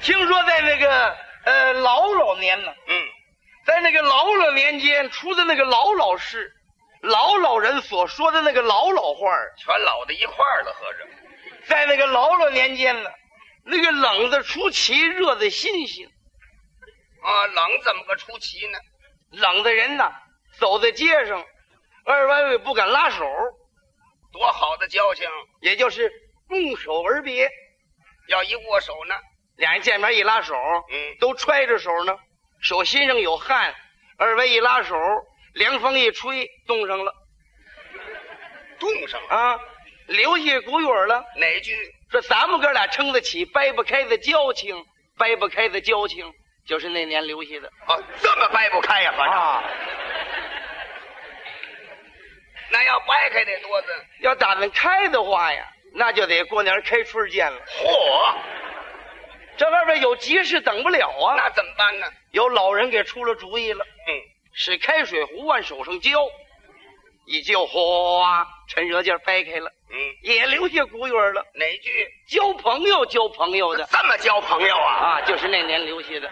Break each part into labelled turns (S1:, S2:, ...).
S1: 听说在那个老年呢，在那个老年间出的那个老事，老人所说的那个老话儿，
S2: 全老在一块儿了，合着。
S1: 在那个老年间呢，那个冷的出奇，热的新鲜。
S2: 啊，冷怎么个出奇呢？
S1: 冷的人呐，走在街上，二百位不敢拉手，
S2: 多好的交情，
S1: 也就是拱手而别。
S2: 要一握手呢，
S1: 俩人见面一拉手，都揣着手呢，手心上有汗，二位一拉手，凉风一吹，冻上了，
S2: 冻上了
S1: 啊，留下古语了。
S2: 哪句？
S1: 说咱们哥俩撑得起掰不开的交情，掰不开的交情，就是那年留下的。
S2: 哦，这么掰不开呀，合着。
S1: 啊，
S2: 那要掰开得多的，
S1: 要打算开的话呀，那就得过年开春见了。
S2: 嚯，
S1: 这外边有急事等不了啊，
S2: 那怎么办呢？
S1: 有老人给出了主意了。使开水壶往手上浇，一浇哗，趁热劲掰开了。也留下古语了。
S2: 哪句？
S1: 交朋友交朋友的。
S2: 这么交朋友啊？
S1: 啊，就是那年留下的。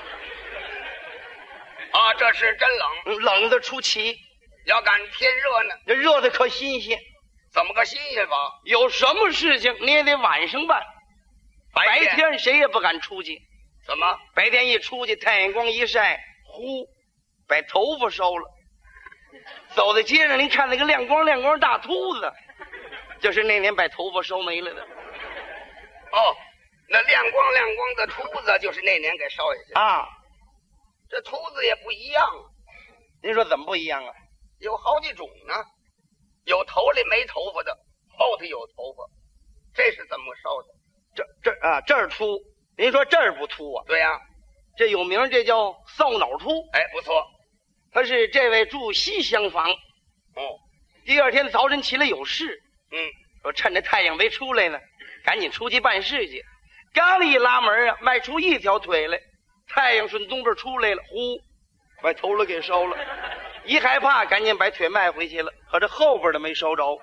S2: 啊，这是真冷，
S1: 冷的出奇。
S2: 要赶天热呢，
S1: 这热的可新鲜。
S2: 怎么个新鲜法？
S1: 有什么事情你也得晚上办，白天谁也不敢出去。
S2: 怎么？
S1: 白天一出去，太阳光一晒，呼，把头发烧了。走在街上，您看那个亮光大秃子，就是那年把头发烧没了的。
S2: 哦，那亮光的秃子就是那年给烧下去
S1: 啊。
S2: 这秃子也不一样啊。
S1: 您说怎么不一样啊？
S2: 有好几种呢，有头里没头发的，后头有头发，这是怎么烧的？
S1: 这儿秃，您说这儿不秃啊？
S2: 对呀，
S1: 这有名，这叫扫脑秃。
S2: 哎，不错。
S1: 他是这位住西厢房。
S2: 哦，
S1: 第二天早晨起来有事。说趁着太阳没出来呢，赶紧出去办事去。刚一拉门啊，迈出一条腿来，太阳顺东边出来了，呼，把头了给烧了。一害怕，赶紧把腿迈回去了，可这后边的没烧着。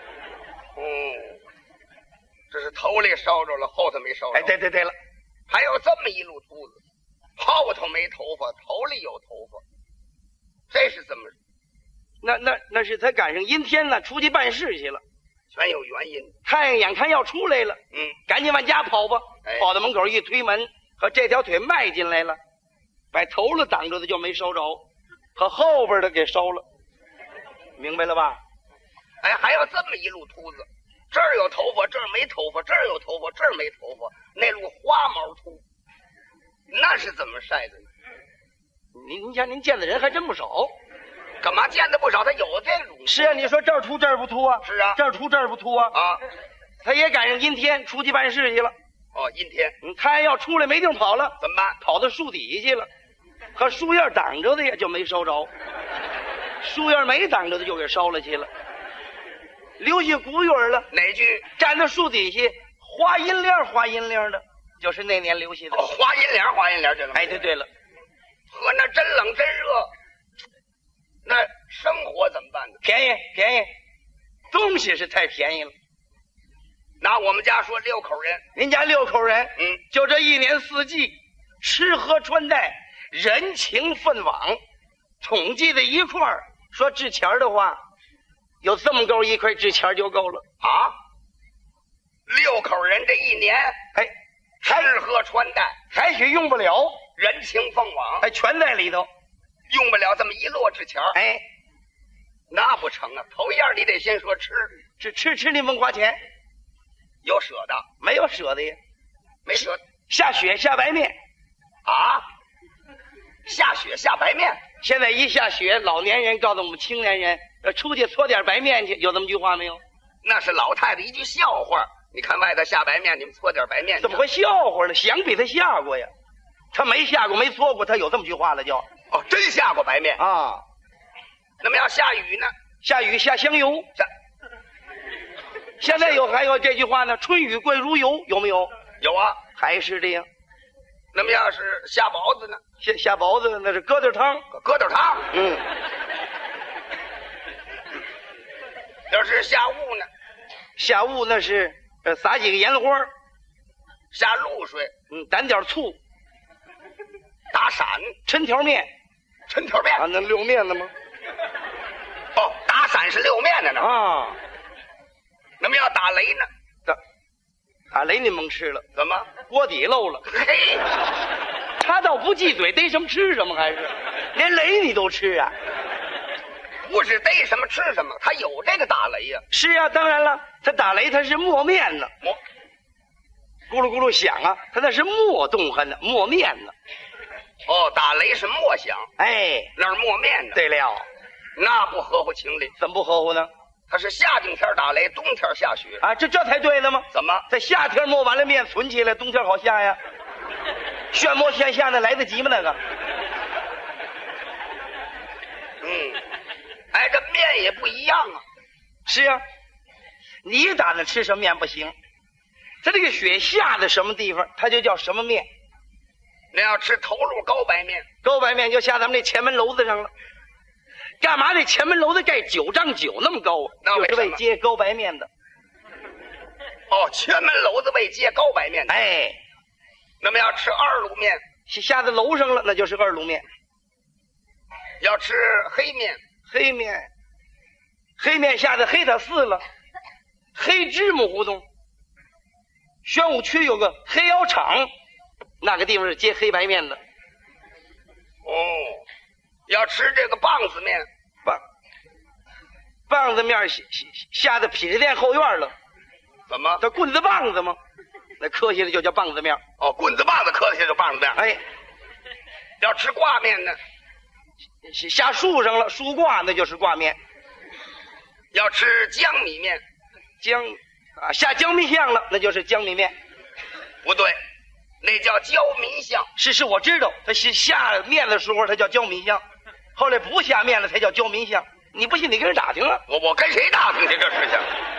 S2: 这是头里烧着了，后头没烧着。
S1: 哎，对了，
S2: 还有这么一路秃子，后头没头发，头里有头发，这是怎么？
S1: 那是他赶上阴天了，出去办事去了，
S2: 全有原因。
S1: 太阳眼看要出来了，赶紧往家跑吧。跑到门口一推门，和这条腿迈进来了，把头了挡着的就没烧着，和后边的给烧了，明白了吧？
S2: 哎，还有这么一路秃子，这儿有头发，这儿没头发，这儿有头发，这儿没头发，那路花毛秃，那是怎么晒的呢？
S1: 您瞧，您见的人还真不少。
S2: 干嘛见的不少？他有这种。
S1: 是啊，你说这儿秃这儿不秃啊？
S2: 是啊，
S1: 这儿秃这儿不秃啊？
S2: 啊，
S1: 他也赶上阴天，出去办事去了。
S2: 哦，阴天，
S1: 他要出来没地方跑了，
S2: 怎么办？
S1: 跑到树底下去了，和树叶挡着的也就没烧着，树叶没挡着的就给烧了去了。留下古语了。
S2: 哪句？
S1: 站在树底下花银铃的，就是那年留下的。
S2: 花银铃这个。
S1: 哎，对了，
S2: 呵，那真冷真热，那生活怎么办呢？
S1: 便宜，东西是太便宜了。
S2: 拿我们家说6口人，
S1: 您家6口人，就这一年四季，吃喝穿戴，人情分往，统计在一块儿，说值钱的话，有这么够一块值钱就够了
S2: 啊。6口人这一年，
S1: 哎，
S2: 吃喝穿戴，
S1: 还许用不了，
S2: 人情奉往，
S1: 哎，全在里头，
S2: 用不了这么一摞值钱。
S1: 哎，
S2: 那不成啊！头一样你得先说吃，
S1: 吃你甭花钱。
S2: 有舍的
S1: 没有舍的呀？
S2: 没舍。
S1: 下雪下白面
S2: 啊！下雪下白面。
S1: 现在一下雪，老年人告诉我们青年人，出去搓点白面去，有这么句话没有？
S2: 那是老太太一句笑话。你看外头下白面，你们搓点白面，
S1: 怎么会笑话呢？想必他下过呀，他没下过没搓过，他有这么句话了就。
S2: 哦，真下过白面
S1: 啊。
S2: 那么要下雨呢？
S1: 下雨下香油。现在还有这句话呢，春雨贵如油，有没有？
S2: 有啊，
S1: 还是这样。
S2: 那么要是下包子呢？
S1: 下包子那是疙瘩汤。
S2: 要是下雾呢？
S1: 下雾那是撒几个盐花。
S2: 下露水
S1: 胆点醋，
S2: 打闪，
S1: 抻条面，
S2: 抻条面
S1: 啊，那溜面的吗？
S2: 哦，打闪是溜面的呢。
S1: 啊，
S2: 那么要打雷呢？
S1: 打雷您甭吃了，
S2: 怎么？
S1: 锅底漏了。
S2: 嘿，
S1: 他倒不忌嘴，逮什么吃什么，还是连雷你都吃啊？
S2: 不是逮什么吃什么，他有这个打雷呀。
S1: 是啊，当然了，他打雷他是磨面呢，咕噜咕噜响啊，他那是磨动撼呢，磨面呢。
S2: 哦，打雷是磨响，
S1: 哎，
S2: 那是磨面呢。
S1: 对了，
S2: 那不合乎情理。
S1: 怎么不合乎呢？
S2: 它是夏景天打雷，冬天下雪
S1: 啊，这才对呢吗？
S2: 怎么？
S1: 在夏天磨完了面存起来，冬天好下呀。旋磨现下那来得及吗？那个？
S2: 哎，这面也不一样啊。
S1: 是啊，你打那吃什么面不行？它这个雪下在什么地方，它就叫什么面。
S2: 那要吃头路高白面，
S1: 高白面就下咱们这前门楼子上了。干嘛这前门楼子盖9丈9那么高啊？就是为接高白面的。
S2: 哦，前门楼子为接高白面的。
S1: 哎，
S2: 那么要吃二路面，
S1: 下在楼上了，那就是二路面。
S2: 要吃黑面，
S1: 黑面下在黑塔寺了，黑芝麻胡同，宣武区有个黑窑厂，那个地方是接黑白面的。
S2: 哦，要吃这个棒子面，
S1: 棒子面下在匹克店后院了。
S2: 怎么？
S1: 它棍子棒子吗？那客气的就叫棒子面。
S2: 哦，棍子棒子客气就棒子面。
S1: 哎，
S2: 要吃挂面呢，
S1: 下树上了，树挂那就是挂面。
S2: 要吃江米面，
S1: 下江米巷了，那就是江米面。
S2: 不对，那叫焦民巷。
S1: 是，我知道，他下面的时候他叫焦民巷，后来不下面了才叫焦民巷。你不信你跟人打听啊？
S2: 我跟谁打听去这事情？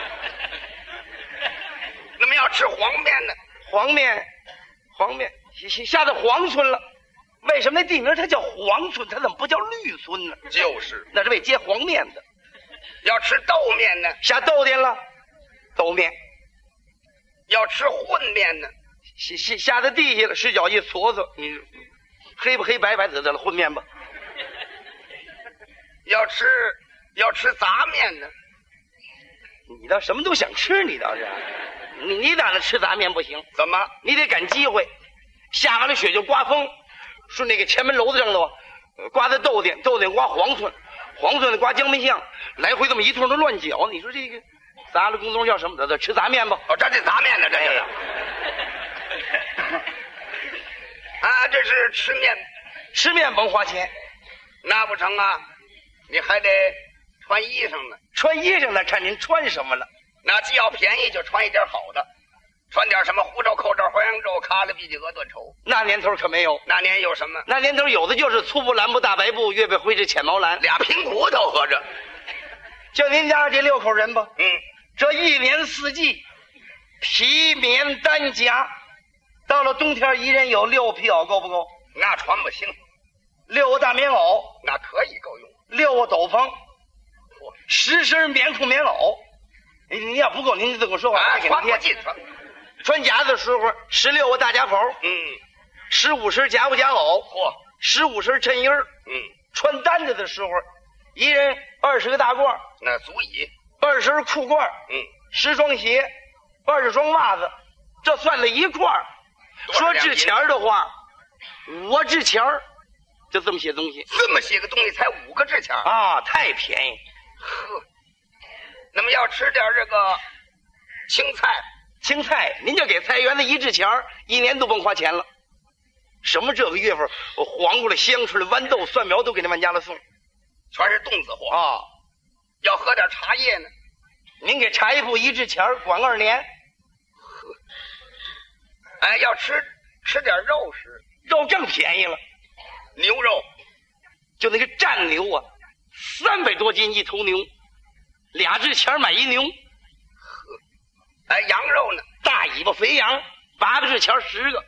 S2: 那么要吃黄面呢？
S1: 黄面下到黄村了。为什么那地名它叫黄村，它怎么不叫绿村呢？
S2: 就是
S1: 那是为接黄面的。
S2: 要吃豆面呢？
S1: 下豆店了，豆面。
S2: 要吃混面呢？
S1: 下到地下了，使脚一搓搓，你黑不黑白白得了，混面吧。
S2: 要吃杂面呢？
S1: 你倒什么都想吃，你倒是，你打那吃杂面不行。
S2: 怎么？
S1: 你得赶机会，下完了雪就刮风，顺那个前门楼子上头，刮在豆店刮黄村的刮江门巷，来回这么一通都乱搅。你说这个杂了工作叫什么的？吃杂面吧。
S2: 哦，这杂面呢，这就是。啊，这是吃面
S1: 甭花钱，
S2: 那不成啊？你还得穿衣裳呢。
S1: 穿衣裳呢，看您穿什么了。
S2: 那既要便宜，就穿一点好的，穿点什么胡诌、扣诌、黄羊肉、卡拉比基、鹅炖绸。
S1: 那年头可没有。
S2: 那年有什么？
S1: 那年头有的就是粗布、蓝布、大白布、月背灰是浅毛蓝，
S2: 俩平骨头合着。
S1: 就您家这6口人吧。
S2: 这
S1: 一年四季皮棉单夹，到了冬天一人有6皮袄，够不够？
S2: 那穿不行。
S1: 6个大棉袄，
S2: 那可以够用。
S1: 6个斗篷，10身棉裤棉袄。你要不够，您就这么说话。
S2: 穿不进穿。
S1: 穿夹的时候，16个大夹口，15身夹不夹袄，15身衬衣穿单子的时候，一人20个大褂，
S2: 那足以。
S1: 20身裤褂，10双鞋，20双袜子，这算在一块儿。说值钱的话，我值钱就这么些东西。
S2: 这么些个东西才5个值钱
S1: 啊，太便宜。
S2: 呵，那么要吃点这个青菜，
S1: 您就给菜园子一值钱，1年都甭花钱了。什么这个月份，黄瓜了、香椿了、豌豆、蒜苗都给您往家了送，
S2: 全是冻子货
S1: 啊。
S2: 要喝点茶叶呢，
S1: 您给茶叶铺一值钱，管2年。
S2: 呵，哎，要吃点肉食，
S1: 肉更便宜了。
S2: 牛肉，
S1: 就那个战牛啊，300多斤一头牛，2值钱买一牛。
S2: 呵，哎，羊肉呢？
S1: 大尾巴肥羊，8个值钱10个。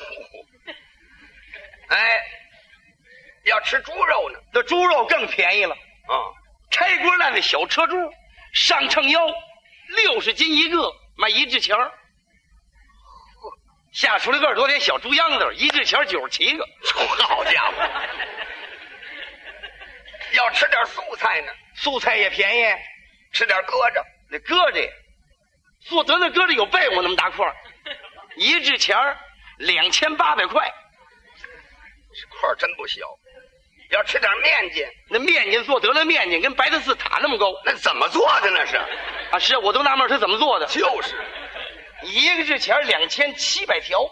S2: 哎，要吃猪肉呢？
S1: 这猪肉更便宜了
S2: 啊！
S1: 开锅烂的小车猪，上秤腰，60斤一个，卖1值钱。 下出来20多天小猪秧子，一只钱97个。
S2: 好家伙！要吃点素菜呢，
S1: 素菜也便宜，
S2: 吃点疙瘩。
S1: 那疙瘩，做得那疙瘩有被窝那么大块，一只钱2800块，
S2: 这块真不小。要吃点面筋，
S1: 那面筋做得了面筋跟白德寺塔那么高，
S2: 那怎么做的那是？
S1: 啊，是我都纳闷他怎么做的。
S2: 就是，
S1: 一个只钱2700条。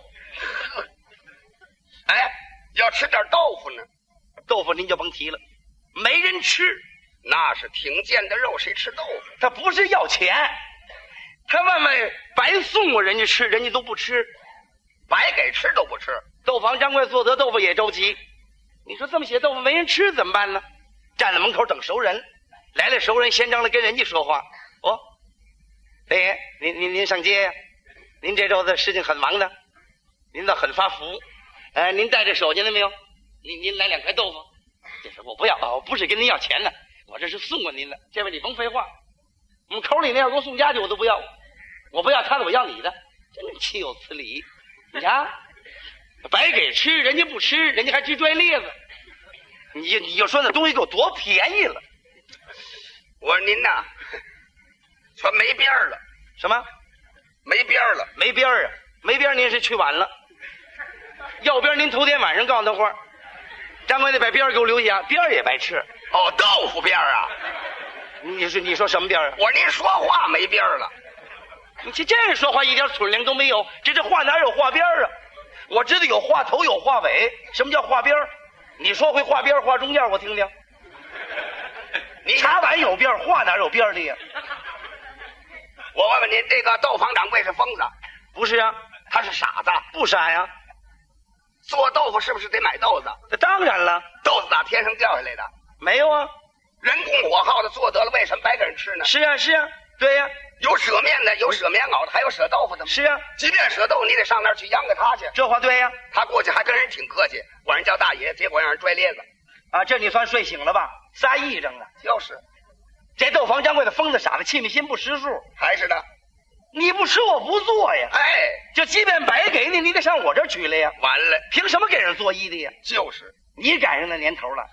S2: 哎，要吃点豆腐呢，
S1: 豆腐您就甭提了，没人吃，
S2: 那是挺贱的肉，谁吃豆腐？
S1: 他不是要钱，他外面白送过人家吃，人家都不吃，
S2: 白给吃都不吃。
S1: 豆坊掌柜做得豆腐也着急，你说这么些豆腐没人吃怎么办呢？站在门口等熟人，来了熟人先张来跟人家说话。哦，大爷，您上街呀？您这周子事情很忙的，您倒很发福。您带着手进来没有？您来2块豆腐。这是我不要啊，我不是跟您要钱的，我这是送过您的。这位你甭废话，我们口里那要给我送家去我都不要，我不要他的我要你的，真是岂有此理！你瞧，白给吃人家不吃，人家还直拽咧子。你就说那东西给我多便宜了。
S2: 我说您呐，全没边儿了。
S1: 什么？
S2: 没边儿了？
S1: 没边儿啊？没边儿您是去晚了。要边您头天晚上告诉他话，掌柜的把边儿给我留下，边儿也白吃。
S2: 哦，豆腐边儿啊？
S1: 你说什么边儿啊？
S2: 我说您说话没边儿了。
S1: 你这人说话一点存量都没有，这话哪有话边儿啊？我知道有话头有话尾，什么叫话边儿？你说会话边儿话中间我听听。你茶碗有边儿，话哪有边儿的呀？
S2: 我问问您，这个豆坊掌柜是疯子？
S1: 不是啊，
S2: 他是傻子？
S1: 不傻呀。
S2: 做豆腐是不是得买豆子？
S1: 那当然了。
S2: 豆子打天上掉下来的？
S1: 没有啊。
S2: 人工火耗的做得了，为什么白给人吃呢？
S1: 是啊是啊，对呀。
S2: 有舍面的，有舍棉袄的，还有舍豆腐的。
S1: 是啊，
S2: 即便舍豆腐，你得上那儿去央给他去。
S1: 这话对呀。
S2: 他过去还跟人挺客气，管人叫大爷，结果让人拽咧子。
S1: 啊，这你算睡醒了吧？仨癔症了。
S2: 就是，
S1: 这豆坊掌柜的疯子傻子气心不识数。
S2: 还是的。
S1: 你不吃我不做呀。
S2: 哎，
S1: 就即便白给你，你得上我这儿取来呀。
S2: 完了，
S1: 凭什么给人做衣的呀？
S2: 就是
S1: 你赶上那年头了。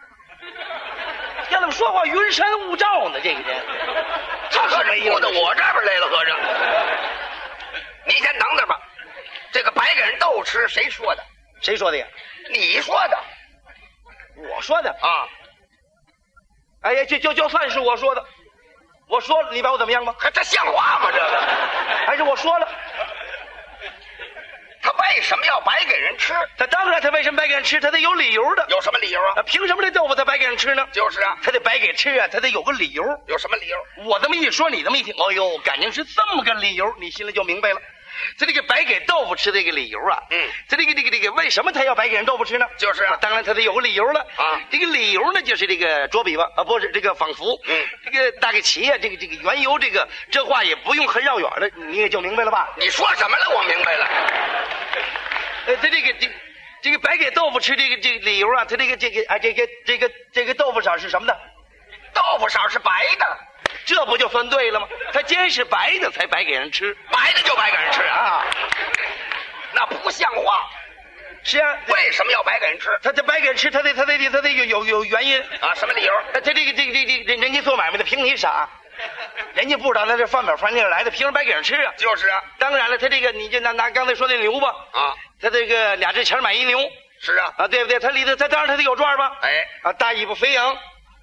S1: 要怎么说话云山雾罩呢？这个人，
S2: 他合着过到我这边来了，合着。你先等着吧。这个白给人豆吃，谁说的？
S1: 谁说的呀？
S2: 你说的。
S1: 我说的
S2: 啊。
S1: 哎呀，就算是我说的，我说了，你把我怎么样吧？
S2: 这像话吗？这个
S1: 还是我说了。
S2: 他为什么要白给人吃？
S1: 他当然，他为什么白给人吃？他得有理由的。
S2: 有什么理由啊？
S1: 凭什么这豆腐他白给人吃呢？
S2: 就是啊，
S1: 他得白给吃啊，他得有个理由。
S2: 有什么理由？
S1: 我这么一说，你这么一听，哦呦，感情是这么个理由，你心里就明白了。他这个白给豆腐吃的这个理由啊，他这个为什么他要白给人豆腐吃呢？
S2: 就是啊，
S1: 当然他得有个理由了
S2: 啊。
S1: 这个理由呢，就是这个捉比吧啊，不是这个仿佛，这个大概齐啊，这个缘由，这话也不用很绕远的，你也就明白了吧？
S2: 你说什么了？我明白了。
S1: 他这个白给豆腐吃这个理由啊，他这个豆腐色是什么的？
S2: 豆腐色是白的。
S1: 这不就算对了吗？他既然是白的，才白给人吃，
S2: 白的就白给人吃啊，那不像话。
S1: 是啊，
S2: 为什么要白给人吃？
S1: 他白给人吃，他得有原因
S2: 啊？什么理由？
S1: 他这人家做买卖的凭你傻，人家不知道那是饭表饭粒来的，凭什么白给人吃啊？
S2: 就是啊。
S1: 当然了，他这个你就拿刚才说那牛吧
S2: 啊，
S1: 他这个2只钱买一牛。
S2: 是啊。
S1: 啊，对不对？他里头他当然他得有赚吧？
S2: 哎，
S1: 啊，大尾巴肥羊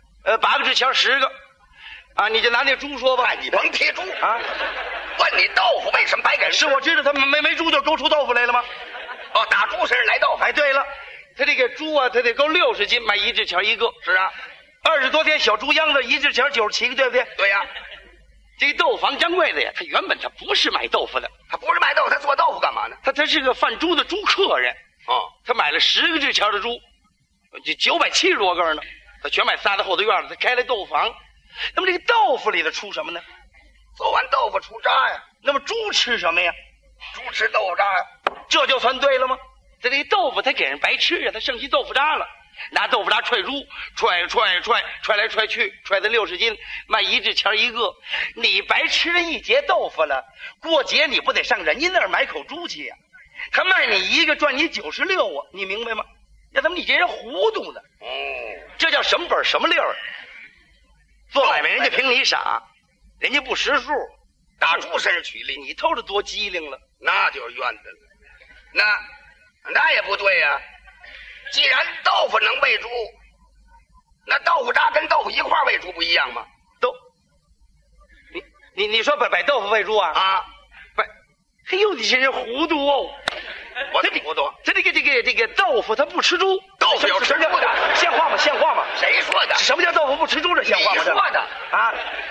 S1: ，8个纸钱10个。啊，你就拿那猪说吧，
S2: 你甭提猪
S1: 啊！
S2: 问你豆腐为什么白给人吃？
S1: 是我知道他没猪就勾出豆腐来了吗？
S2: 哦，打猪身上来豆腐。
S1: 哎，对了，他这个猪啊，他得够60斤，卖1只钱1个。
S2: 是啊
S1: ，20多天小猪秧子1只钱97个，对不对？
S2: 对呀。
S1: 这个豆坊掌柜的呀，他原本他不是卖豆腐的，
S2: 他不是卖豆腐，他做豆腐干嘛呢？
S1: 他是个贩猪的猪客人。
S2: 哦，
S1: 他买了10个纸钱的猪，就970多根呢，他全买撒在后头院子，他开了豆坊。那么这个豆腐里头出什么呢？
S2: 做完豆腐出渣呀。
S1: 那么猪吃什么呀？
S2: 猪吃豆腐渣呀。
S1: 这就算对了吗？这个豆腐他给人白吃啊，他剩下豆腐渣了，拿豆腐渣踹猪，踹来踹去，踹到60斤，卖1只钱1个。你白吃了1节豆腐了，过节你不得上人家那儿买口猪去呀？ 他卖你一个赚你96啊，你明白吗？要怎么你这人糊涂呢？
S2: 哦，
S1: 这叫什么本什么料啊？做买卖人家凭你傻，人家不识数，
S2: 打猪身上取利，
S1: 你偷着多机灵了。
S2: 那就是冤的了。那也不对呀、既然豆腐能喂猪，那豆腐渣跟豆腐一块喂猪不一样吗？
S1: 你说摆豆腐喂猪啊？
S2: 啊，
S1: 摆，哎呦，你这人糊涂哦！
S2: 我怎么糊涂？
S1: 这个豆腐它不吃猪，
S2: 豆腐要吃猪的，
S1: 像话吗？像话吗？
S2: 谁说的？
S1: 什么叫豆腐不吃猪？这像话吗？
S2: 你说的
S1: 啊？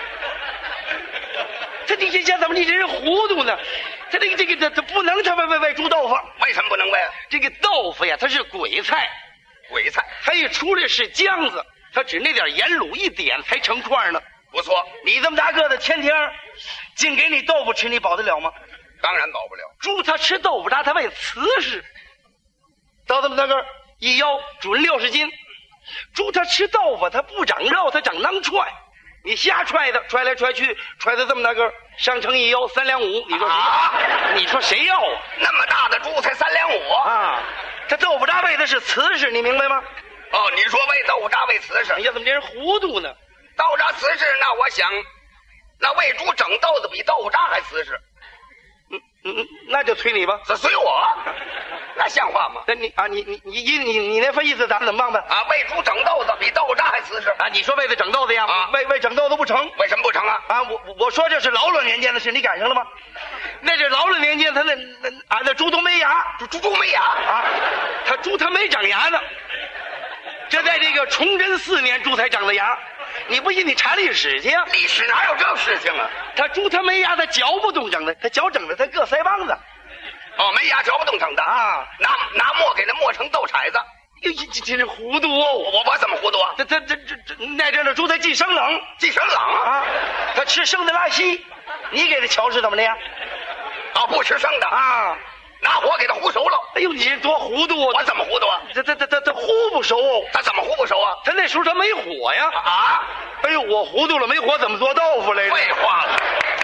S1: 这怎么你这人糊涂呢？他他不能他喂猪豆腐，
S2: 为什么不能喂？
S1: 这个豆腐呀，它是鬼菜，
S2: 鬼菜，
S1: 它一出来是浆子，它只那点盐卤一点才成块呢。
S2: 不错，
S1: 你这么大个子，天天净给你豆腐吃，你保得了吗？
S2: 当然保不了。
S1: 猪它吃豆腐渣，它为瓷实，到这么大个一腰准60斤。猪它吃豆腐，它不长肉，它长囊踹。你瞎踹的，踹来踹去，踹到这么大个，上称一腰3两5，你说谁？
S2: 啊？
S1: 你说谁要啊？
S2: 那么大的猪才3两5
S1: 啊！它豆腐渣喂的是瓷实，你明白吗？
S2: 哦，你说喂豆腐渣喂瓷实，
S1: 哎呀，怎么这人糊涂呢？
S2: 豆腐渣瓷实，那我想，那喂猪整豆子比豆腐渣还瓷实。
S1: 那就随你吧。
S2: 这随我，那像话吗？
S1: 那你那份意思，咱怎么办吧？
S2: 啊，喂猪整豆子比豆腐渣还瓷实
S1: 啊！你说为了整豆子呀？
S2: 啊，
S1: 为整豆子不成？
S2: 为什么不成啊？
S1: 啊，我说这是老卵年间的事，你赶上了吗？那是老卵年间，他那猪都没牙，
S2: 猪没牙
S1: 啊，猪它没长牙呢。这在这个崇祯4年，猪才长的牙。你不信，你查历史去呀？
S2: 历史哪有这事情啊？
S1: 猪它没牙，它嚼不动整的，它嚼整的，它硌腮帮子。
S2: 哦，没牙嚼不动整的
S1: 啊！
S2: 拿磨给它磨成豆铲子。
S1: 哟，这真是糊涂哦！
S2: 我怎么糊涂啊？
S1: 这那阵的猪它既生冷，
S2: 既生冷
S1: 啊，它吃生的拉稀，你给它瞧是怎么的呀？
S2: 啊，不吃生的
S1: 啊，
S2: 拿火给它烀熟了。
S1: 哎呦，你这多糊涂啊！
S2: 我怎么糊涂啊？
S1: 它烀不熟哦。
S2: 它怎么烀不熟啊？
S1: 它那时候它没火呀。
S2: 啊！
S1: 哎呦，我糊涂了，没火怎么做豆腐来着？
S2: 废话了。